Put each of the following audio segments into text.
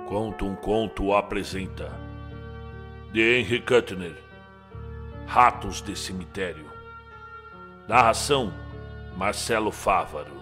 Conta um Conto apresenta de Henry Kuttner, Ratos de Cemitério. Narração: Marcelo Fávaro.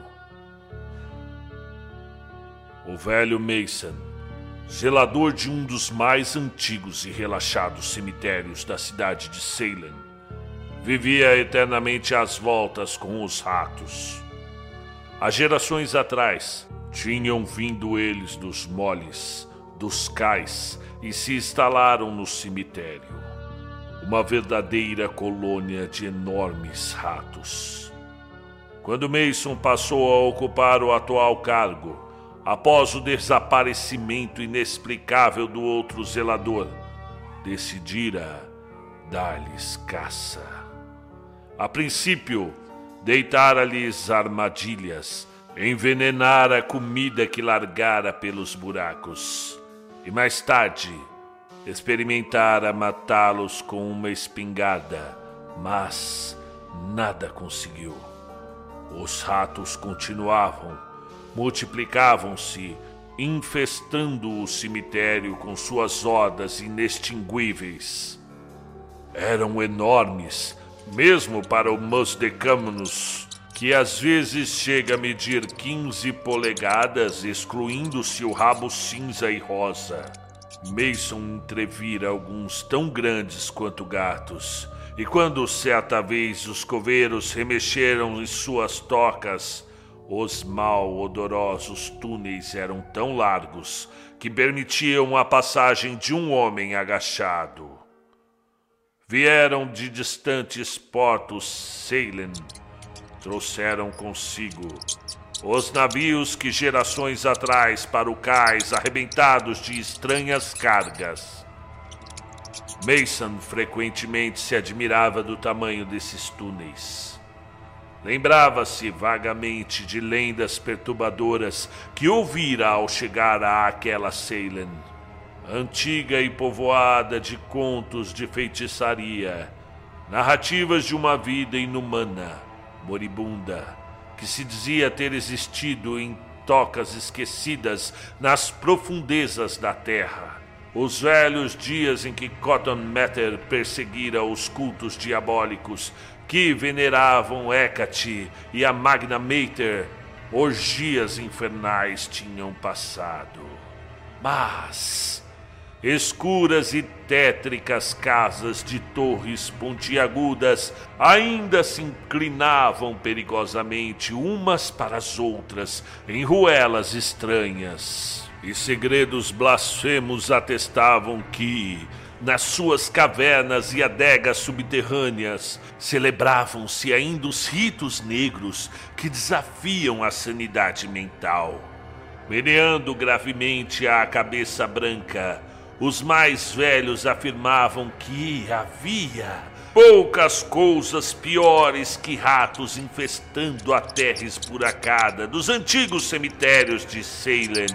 O velho Mason, zelador de um dos mais antigos e relaxados cemitérios da cidade de Salem, vivia eternamente às voltas com os ratos. Há gerações atrás, tinham vindo eles dos moles, dos cais, e se instalaram no cemitério. Uma verdadeira colônia de enormes ratos. Quando Mason passou a ocupar o atual cargo, após o desaparecimento inexplicável do outro zelador, decidira dar-lhes caça. A princípio, deitara-lhes armadilhas, envenenara a comida que largara pelos buracos, e mais tarde experimentara matá-los com uma espingarda, mas nada conseguiu. Os ratos continuavam, multiplicavam-se, infestando o cemitério com suas hordas inextinguíveis. Eram enormes, mesmo para o Mus Decamanus, que às vezes chega a medir 15 polegadas, excluindo-se o rabo cinza e rosa. Mason entrevira alguns tão grandes quanto gatos, e quando certa vez os coveiros remexeram em suas tocas, os mal-odorosos túneis eram tão largos que permitiam a passagem de um homem agachado. Vieram de distantes portos Salem. Trouxeram consigo os navios que gerações atrás para o cais arrebentados de estranhas cargas. Mason frequentemente se admirava do tamanho desses túneis. Lembrava-se vagamente de lendas perturbadoras que ouvira ao chegar àquela Salem, antiga e povoada de contos de feitiçaria, narrativas de uma vida inumana, moribunda, que se dizia ter existido em tocas esquecidas nas profundezas da terra. Os velhos dias em que Cotton Mather perseguira os cultos diabólicos que veneravam Hecate e a Magna Mater, orgias infernais tinham passado. Mas escuras e tétricas casas de torres pontiagudas ainda se inclinavam perigosamente umas para as outras em ruelas estranhas. E segredos blasfemos atestavam que, nas suas cavernas e adegas subterrâneas, celebravam-se ainda os ritos negros que desafiam a sanidade mental. Meneando gravemente a cabeça branca, os mais velhos afirmavam que havia poucas coisas piores que ratos infestando a terra esburacada dos antigos cemitérios de Salem.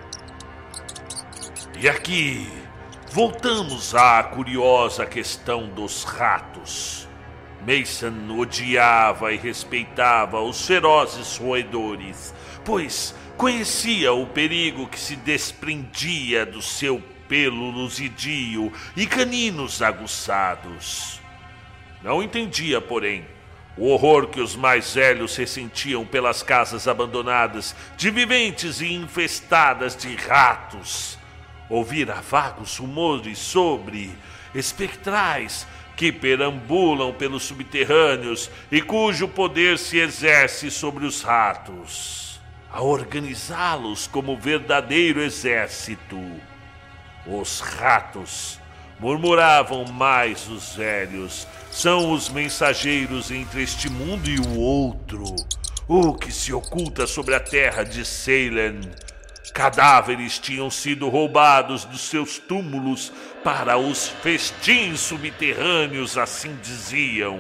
E aqui voltamos à curiosa questão dos ratos. Mason odiava e respeitava os ferozes roedores, pois conhecia o perigo que se desprendia do seu pelo luzidio e caninos aguçados. Não entendia, porém, o horror que os mais velhos ressentiam pelas casas abandonadas de viventes e infestadas de ratos. Ouvira vagos rumores sobre espectrais que perambulam pelos subterrâneos e cujo poder se exerce sobre os ratos, a organizá-los como verdadeiro exército. Os ratos, murmuravam mais os velhos, são os mensageiros entre este mundo e o outro, o que se oculta sobre a terra de Salem. Cadáveres tinham sido roubados dos seus túmulos para os festins subterrâneos, assim diziam.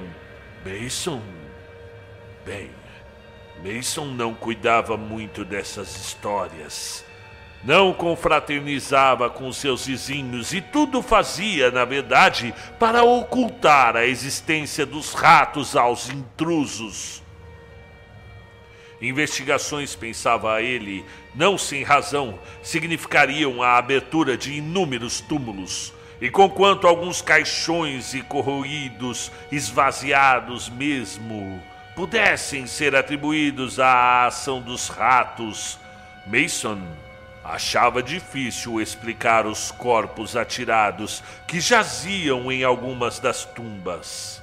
Mason não cuidava muito dessas histórias. Não confraternizava com seus vizinhos e tudo fazia, na verdade, para ocultar a existência dos ratos aos intrusos. Investigações, pensava ele, não sem razão, significariam a abertura de inúmeros túmulos, e conquanto alguns caixões e corroídos, esvaziados mesmo, pudessem ser atribuídos à ação dos ratos, Mason achava difícil explicar os corpos atirados que jaziam em algumas das tumbas.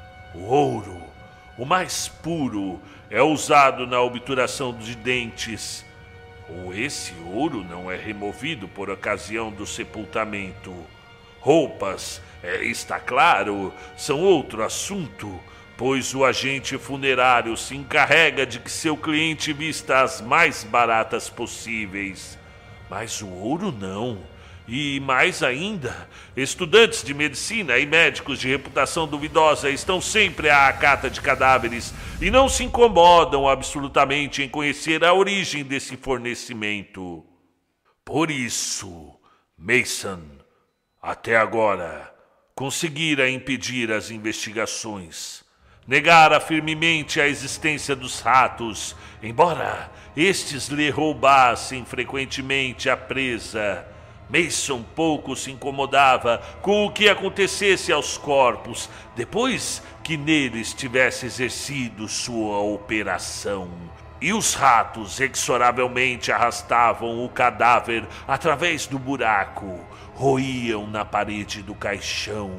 O ouro, o mais puro, é usado na obturação de dentes. Ou esse ouro não é removido por ocasião do sepultamento. Roupas, está claro, são outro assunto, pois o agente funerário se encarrega de que seu cliente vista as mais baratas possíveis. Mas o ouro não. E mais ainda, estudantes de medicina e médicos de reputação duvidosa estão sempre à cata de cadáveres e não se incomodam absolutamente em conhecer a origem desse fornecimento. Por isso, Mason, até agora, conseguira impedir as investigações. Negara firmemente a existência dos ratos, embora estes lhe roubassem frequentemente a presa. Mason pouco se incomodava com o que acontecesse aos corpos depois que neles tivesse exercido sua operação. E os ratos exoravelmente arrastavam o cadáver através do buraco, roíam na parede do caixão.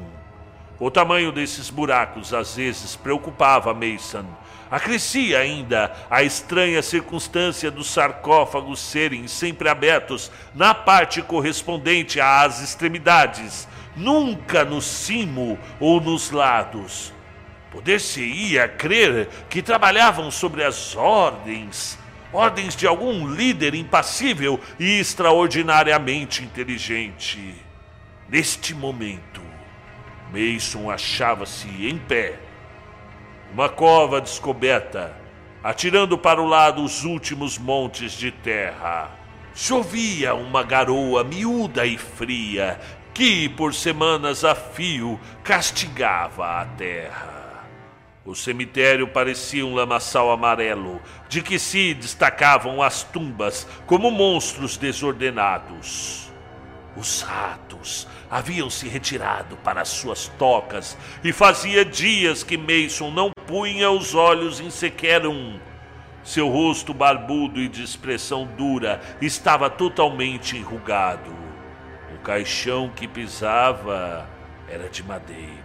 O tamanho desses buracos às vezes preocupava Mason. Acrescia ainda a estranha circunstância dos sarcófagos serem sempre abertos na parte correspondente às extremidades, nunca no cimo ou nos lados. Poder-se-ia crer que trabalhavam sobre as ordens de algum líder impassível e extraordinariamente inteligente. Neste momento, Mason achava-se em pé. Uma cova descoberta, atirando para o lado os últimos montes de terra. Chovia uma garoa miúda e fria que, por semanas a fio, castigava a terra. O cemitério parecia um lamaçal amarelo, de que se destacavam as tumbas como monstros desordenados. Os ratos haviam se retirado para suas tocas e fazia dias que Mason não punha os olhos em sequer um. Seu rosto barbudo e de expressão dura estava totalmente enrugado. O caixão que pisava era de madeira.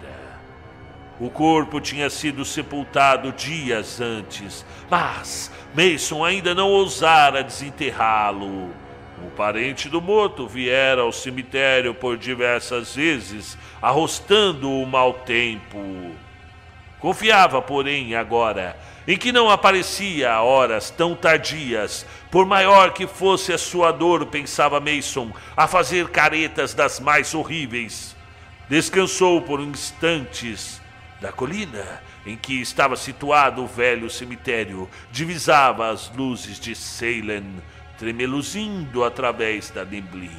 O corpo tinha sido sepultado dias antes, mas Mason ainda não ousara desenterrá-lo. O parente do morto viera ao cemitério por diversas vezes, arrostando o mau tempo. Confiava, porém, agora, em que não aparecia a horas tão tardias, por maior que fosse a sua dor, pensava Mason, a fazer caretas das mais horríveis. Descansou por instantes. Da colina em que estava situado o velho cemitério, divisava as luzes de Salem, tremeluzindo através da neblina.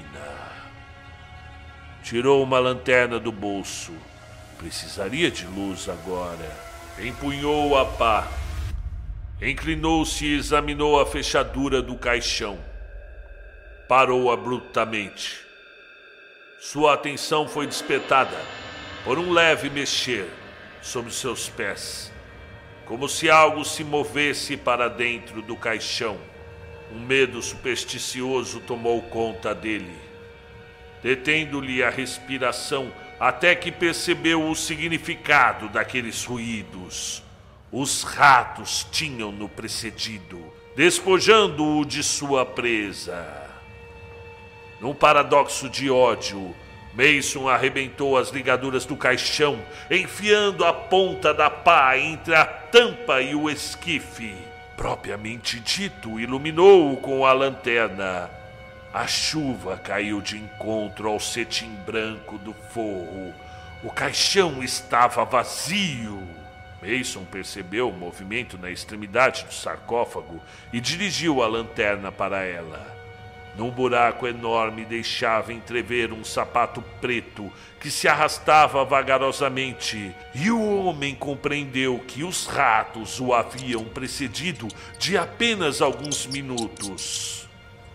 Tirou uma lanterna do bolso. Precisaria de luz agora. Empunhou a pá. Inclinou-se e examinou a fechadura do caixão. Parou abruptamente. Sua atenção foi despertada por um leve mexer sob seus pés, como se algo se movesse para dentro do caixão. Um medo supersticioso tomou conta dele, detendo-lhe a respiração até que percebeu o significado daqueles ruídos. Os ratos tinham-no precedido, despojando-o de sua presa. Num paradoxo de ódio, Mason arrebentou as ligaduras do caixão, enfiando a ponta da pá entre a tampa e o esquife. Propriamente dito, iluminou-o com a lanterna. A chuva caiu de encontro ao cetim branco do forro. O caixão estava vazio. Mason percebeu o movimento na extremidade do sarcófago e dirigiu a lanterna para ela. Num buraco enorme deixava entrever um sapato preto que se arrastava vagarosamente, e o homem compreendeu que os ratos o haviam precedido de apenas alguns minutos.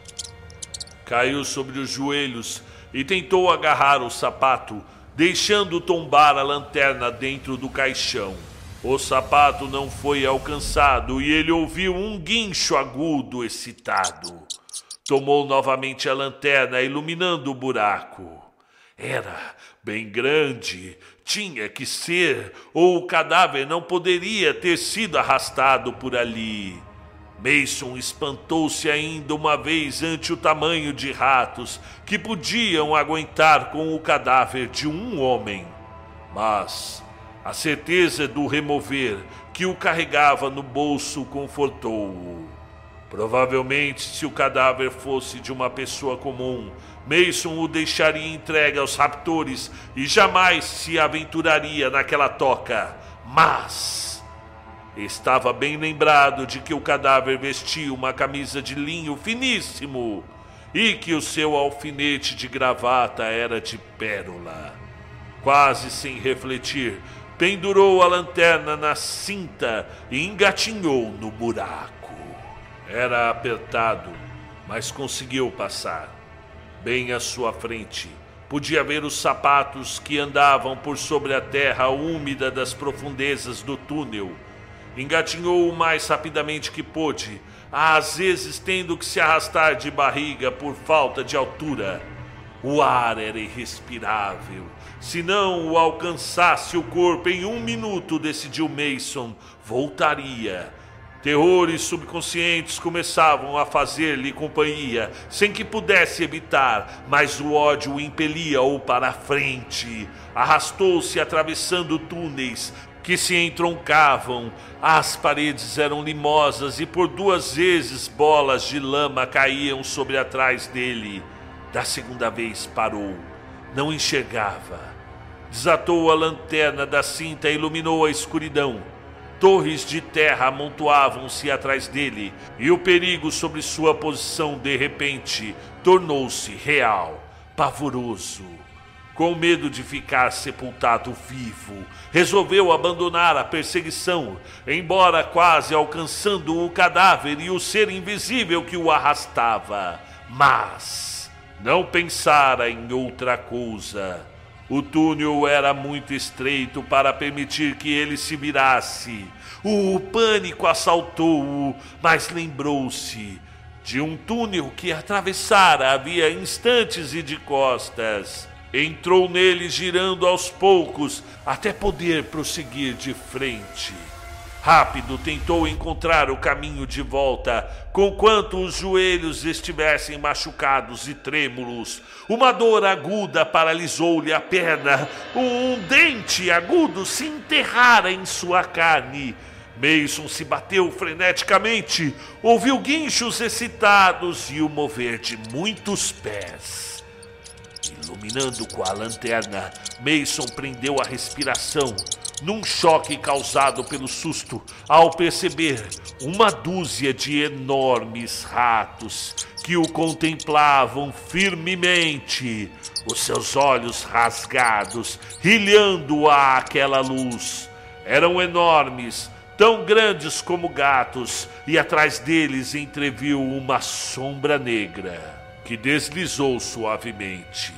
Caiu sobre os joelhos e tentou agarrar o sapato, deixando tombar a lanterna dentro do caixão. O sapato não foi alcançado e ele ouviu um guincho agudo excitado. Tomou novamente a lanterna, iluminando o buraco. Era bem grande, tinha que ser, ou o cadáver não poderia ter sido arrastado por ali. Mason espantou-se ainda uma vez ante o tamanho de ratos que podiam aguentar com o cadáver de um homem. Mas a certeza do remover que o carregava no bolso confortou-o. Provavelmente, se o cadáver fosse de uma pessoa comum, Mason o deixaria entregue aos raptores e jamais se aventuraria naquela toca. Mas estava bem lembrado de que o cadáver vestia uma camisa de linho finíssimo e que o seu alfinete de gravata era de pérola. Quase sem refletir, pendurou a lanterna na cinta e engatinhou no buraco. Era apertado, mas conseguiu passar. Bem à sua frente, podia ver os sapatos que andavam por sobre a terra úmida das profundezas do túnel. Engatinhou o mais rapidamente que pôde, às vezes tendo que se arrastar de barriga por falta de altura. O ar era irrespirável. Se não o alcançasse o corpo em 1 minuto, decidiu Mason, voltaria. Terrores subconscientes começavam a fazer-lhe companhia, sem que pudesse evitar, mas o ódio o impelia-o para a frente. Arrastou-se atravessando túneis que se entroncavam. As paredes eram limosas e por 2 vezes bolas de lama caíam sobre atrás dele. Da segunda vez parou. Não enxergava. Desatou a lanterna da cinta e iluminou a escuridão. Torres de terra amontoavam-se atrás dele, e o perigo sobre sua posição de repente tornou-se real, pavoroso. Com medo de ficar sepultado vivo, resolveu abandonar a perseguição, embora quase alcançando o cadáver e o ser invisível que o arrastava. Mas não pensara em outra coisa. O túnel era muito estreito para permitir que ele se virasse. O pânico assaltou-o, mas lembrou-se de um túnel que atravessara havia instantes e de costas. Entrou nele girando aos poucos até poder prosseguir de frente. Rápido tentou encontrar o caminho de volta, conquanto os joelhos estivessem machucados e trêmulos. Uma dor aguda paralisou-lhe a perna. Um dente agudo se enterrara em sua carne. Mason se bateu freneticamente, ouviu guinchos excitados e o mover de muitos pés. Iluminando com a lanterna, Mason prendeu a respiração, num choque causado pelo susto ao perceber uma dúzia de enormes ratos que o contemplavam firmemente, os seus olhos rasgados, rilhando àquela luz. Eram enormes, tão grandes como gatos, e atrás deles entreviu uma sombra negra que deslizou suavemente.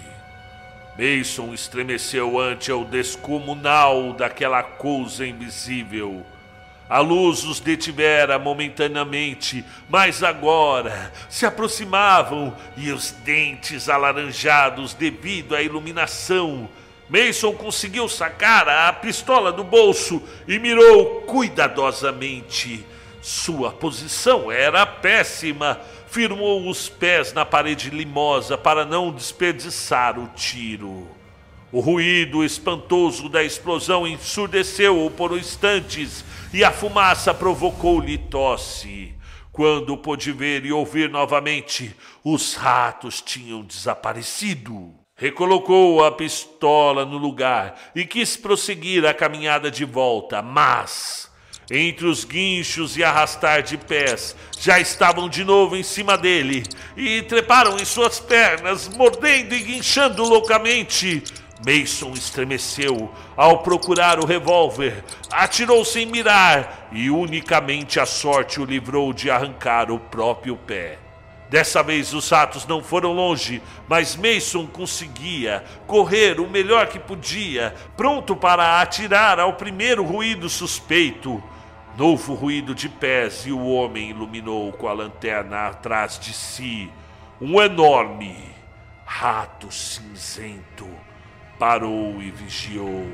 Mason estremeceu ante o descomunal daquela coisa invisível. A luz os detivera momentaneamente, mas agora se aproximavam e os dentes alaranjados devido à iluminação. Mason conseguiu sacar a pistola do bolso e mirou cuidadosamente. Sua posição era péssima. Firmou os pés na parede limosa para não desperdiçar o tiro. O ruído espantoso da explosão ensurdeceu-o por instantes e a fumaça provocou-lhe tosse. Quando pôde ver e ouvir novamente, os ratos tinham desaparecido. Recolocou a pistola no lugar e quis prosseguir a caminhada de volta, mas Entre os guinchos e arrastar de pés, já estavam de novo em cima dele e treparam em suas pernas, mordendo e guinchando loucamente. Mason estremeceu ao procurar o revólver, atirou sem mirar e unicamente a sorte o livrou de arrancar o próprio pé. Dessa vez os ratos não foram longe, mas Mason conseguia correr o melhor que podia, pronto para atirar ao primeiro ruído suspeito. Novo ruído de pés e o homem iluminou com a lanterna atrás de si. Um enorme rato cinzento parou e vigiou.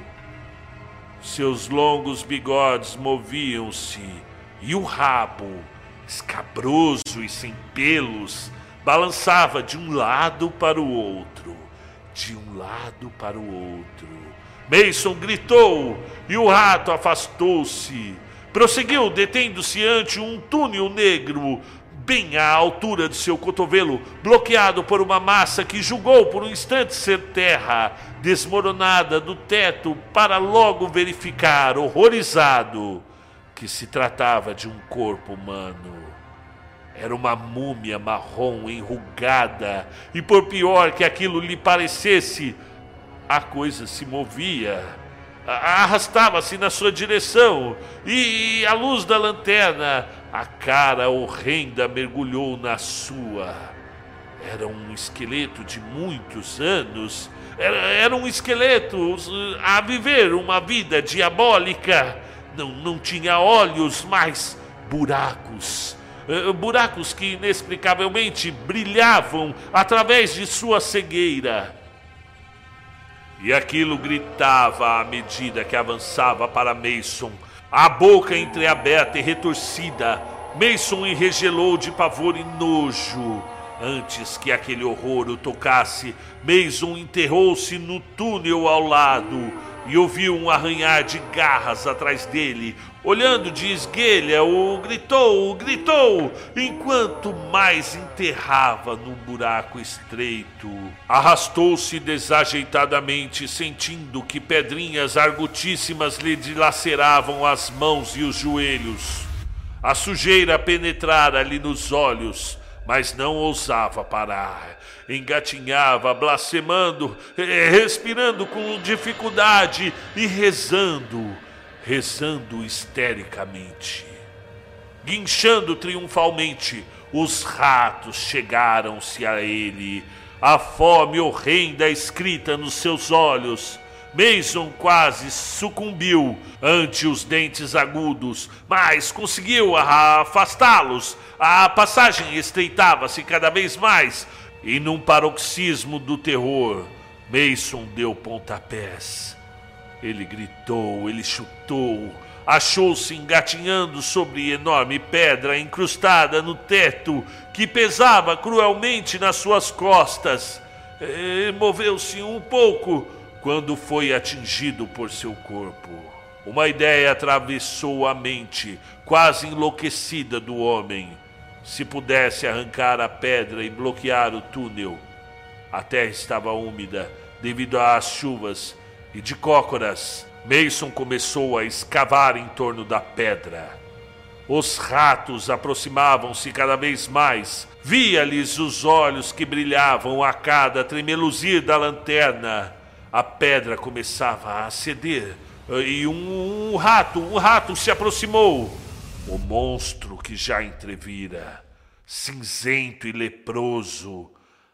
Seus longos bigodes moviam-se e o rabo, escabroso e sem pelos, balançava de um lado para o outro, de um lado para o outro. Mason gritou e o rato afastou-se. Prosseguiu, detendo-se ante um túnel negro, bem à altura de seu cotovelo, bloqueado por uma massa que julgou por um instante ser terra, desmoronada do teto, para logo verificar, horrorizado, que se tratava de um corpo humano. Era uma múmia marrom enrugada, e por pior que aquilo lhe parecesse, a coisa se movia, arrastava-se na sua direção, e à luz da lanterna, a cara horrenda mergulhou na sua. Era um esqueleto de muitos anos, era um esqueleto a viver uma vida diabólica. Não tinha olhos, mas buracos. Buracos que inexplicavelmente brilhavam através de sua cegueira. E aquilo gritava à medida que avançava para Mason, a boca entreaberta e retorcida. Mason enregelou de pavor e nojo. Antes que aquele horror o tocasse, Mason enterrou-se no túnel ao lado e ouviu um arranhar de garras atrás dele. Olhando de esguelha, gritou, enquanto mais enterrava num buraco estreito. Arrastou-se desajeitadamente, sentindo que pedrinhas argutíssimas lhe dilaceravam as mãos e os joelhos. A sujeira penetrara-lhe nos olhos, mas não ousava parar. Engatinhava, blasfemando, respirando com dificuldade e rezando histericamente. Guinchando triunfalmente, os ratos chegaram-se a ele, a fome horrenda escrita nos seus olhos. Mason quase sucumbiu ante os dentes agudos, mas conseguiu afastá-los. A passagem estreitava-se cada vez mais, e num paroxismo do terror, Mason deu pontapés. Ele gritou, ele chutou, achou-se engatinhando sobre enorme pedra incrustada no teto que pesava cruelmente nas suas costas. Moveu-se um pouco quando foi atingido por seu corpo. Uma ideia atravessou a mente, quase enlouquecida do homem. Se pudesse arrancar a pedra e bloquear o túnel. A terra estava úmida devido às chuvas, e de cócoras, Mason começou a escavar em torno da pedra. Os ratos aproximavam-se cada vez mais. Via-lhes os olhos que brilhavam a cada tremeluzir da lanterna. A pedra começava a ceder e um rato se aproximou. O monstro que já entrevira, cinzento e leproso,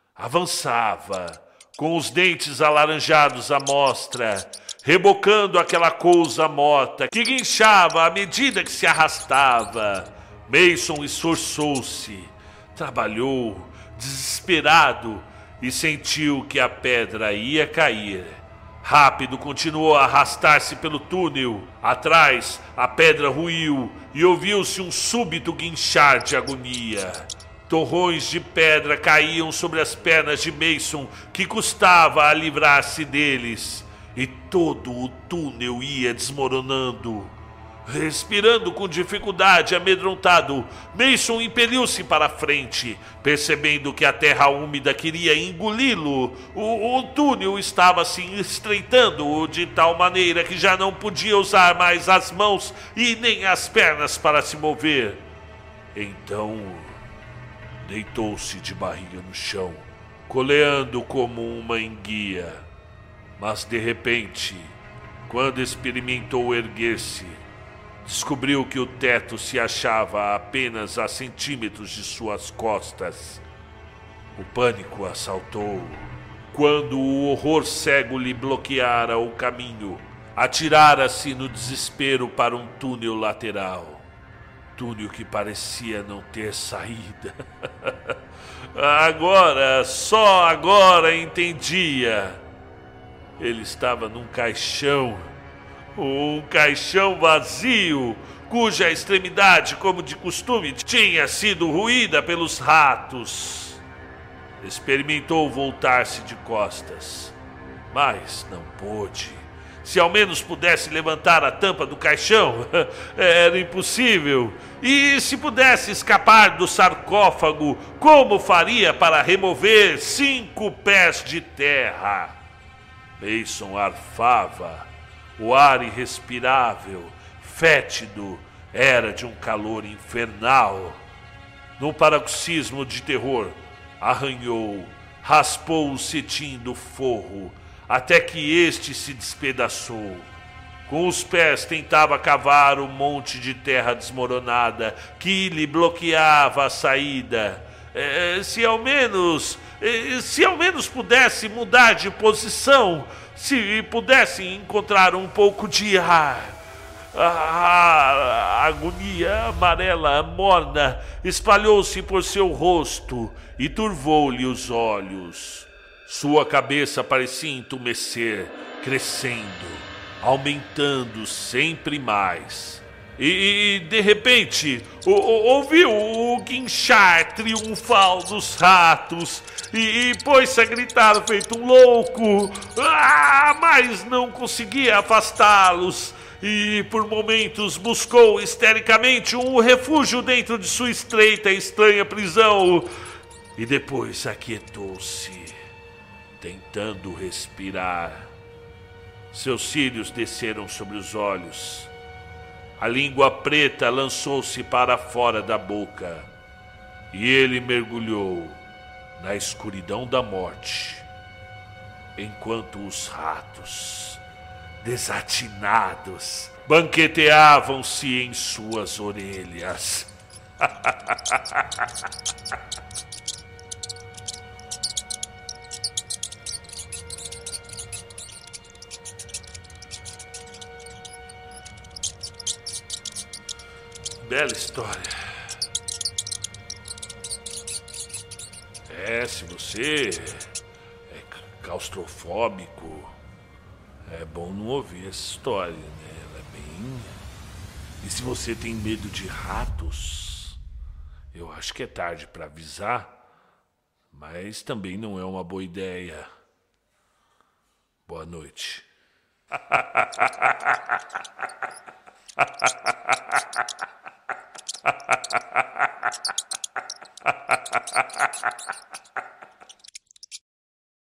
avançava, com os dentes alaranjados à mostra, rebocando aquela coisa morta que guinchava à medida que se arrastava. Mason esforçou-se, trabalhou, desesperado, e sentiu que a pedra ia cair. Rápido continuou a arrastar-se pelo túnel. Atrás, a pedra ruiu e ouviu-se um súbito guinchar de agonia. Torrões de pedra caíam sobre as pernas de Mason, que custava a livrar-se deles, e todo o túnel ia desmoronando. Respirando com dificuldade, amedrontado, Mason impeliu-se para a frente. Percebendo que a terra úmida queria engoli-lo, o túnel estava se estreitando de tal maneira que já não podia usar mais as mãos e nem as pernas para se mover. Então, deitou-se de barriga no chão, coleando como uma enguia. Mas de repente, quando experimentou erguer-se, descobriu que o teto se achava a apenas a centímetros de suas costas. O pânico assaltou quando o horror cego lhe bloqueara o caminho. Atirara-se no desespero para um túnel lateral. Túnel que parecia não ter saída. Só agora entendia. Ele estava num caixão. Um caixão vazio, cuja extremidade, como de costume, tinha sido roída pelos ratos. Experimentou voltar-se de costas, mas não pôde. Se ao menos pudesse levantar a tampa do caixão, era impossível. E se pudesse escapar do sarcófago, como faria para remover 5 pés de terra? Mason arfava. O ar irrespirável, fétido, era de um calor infernal. Num paroxismo de terror, arranhou, raspou o cetim do forro, até que este se despedaçou. Com os pés tentava cavar o monte de terra desmoronada que lhe bloqueava a saída. Se ao menos pudesse mudar de posição, se pudesse encontrar um pouco de ar. A agonia amarela, morna, espalhou-se por seu rosto e turvou-lhe os olhos. Sua cabeça parecia entumecer, crescendo, aumentando sempre mais. E de repente, ouviu o guinchar triunfal dos ratos e pôs-se a gritar feito um louco, mas não conseguia afastá-los. E por momentos buscou histericamente um refúgio dentro de sua estreita e estranha prisão. E depois aquietou-se, tentando respirar. Seus cílios desceram sobre os olhos. A língua preta lançou-se para fora da boca. E ele mergulhou na escuridão da morte, enquanto os ratos, desatinados, banqueteavam-se em suas orelhas. Bela história. Se você é claustrofóbico, é bom não ouvir essa história, né? Ela é bem... E se você tem medo de ratos, eu acho que é tarde para avisar, mas também não é uma boa ideia. Boa noite.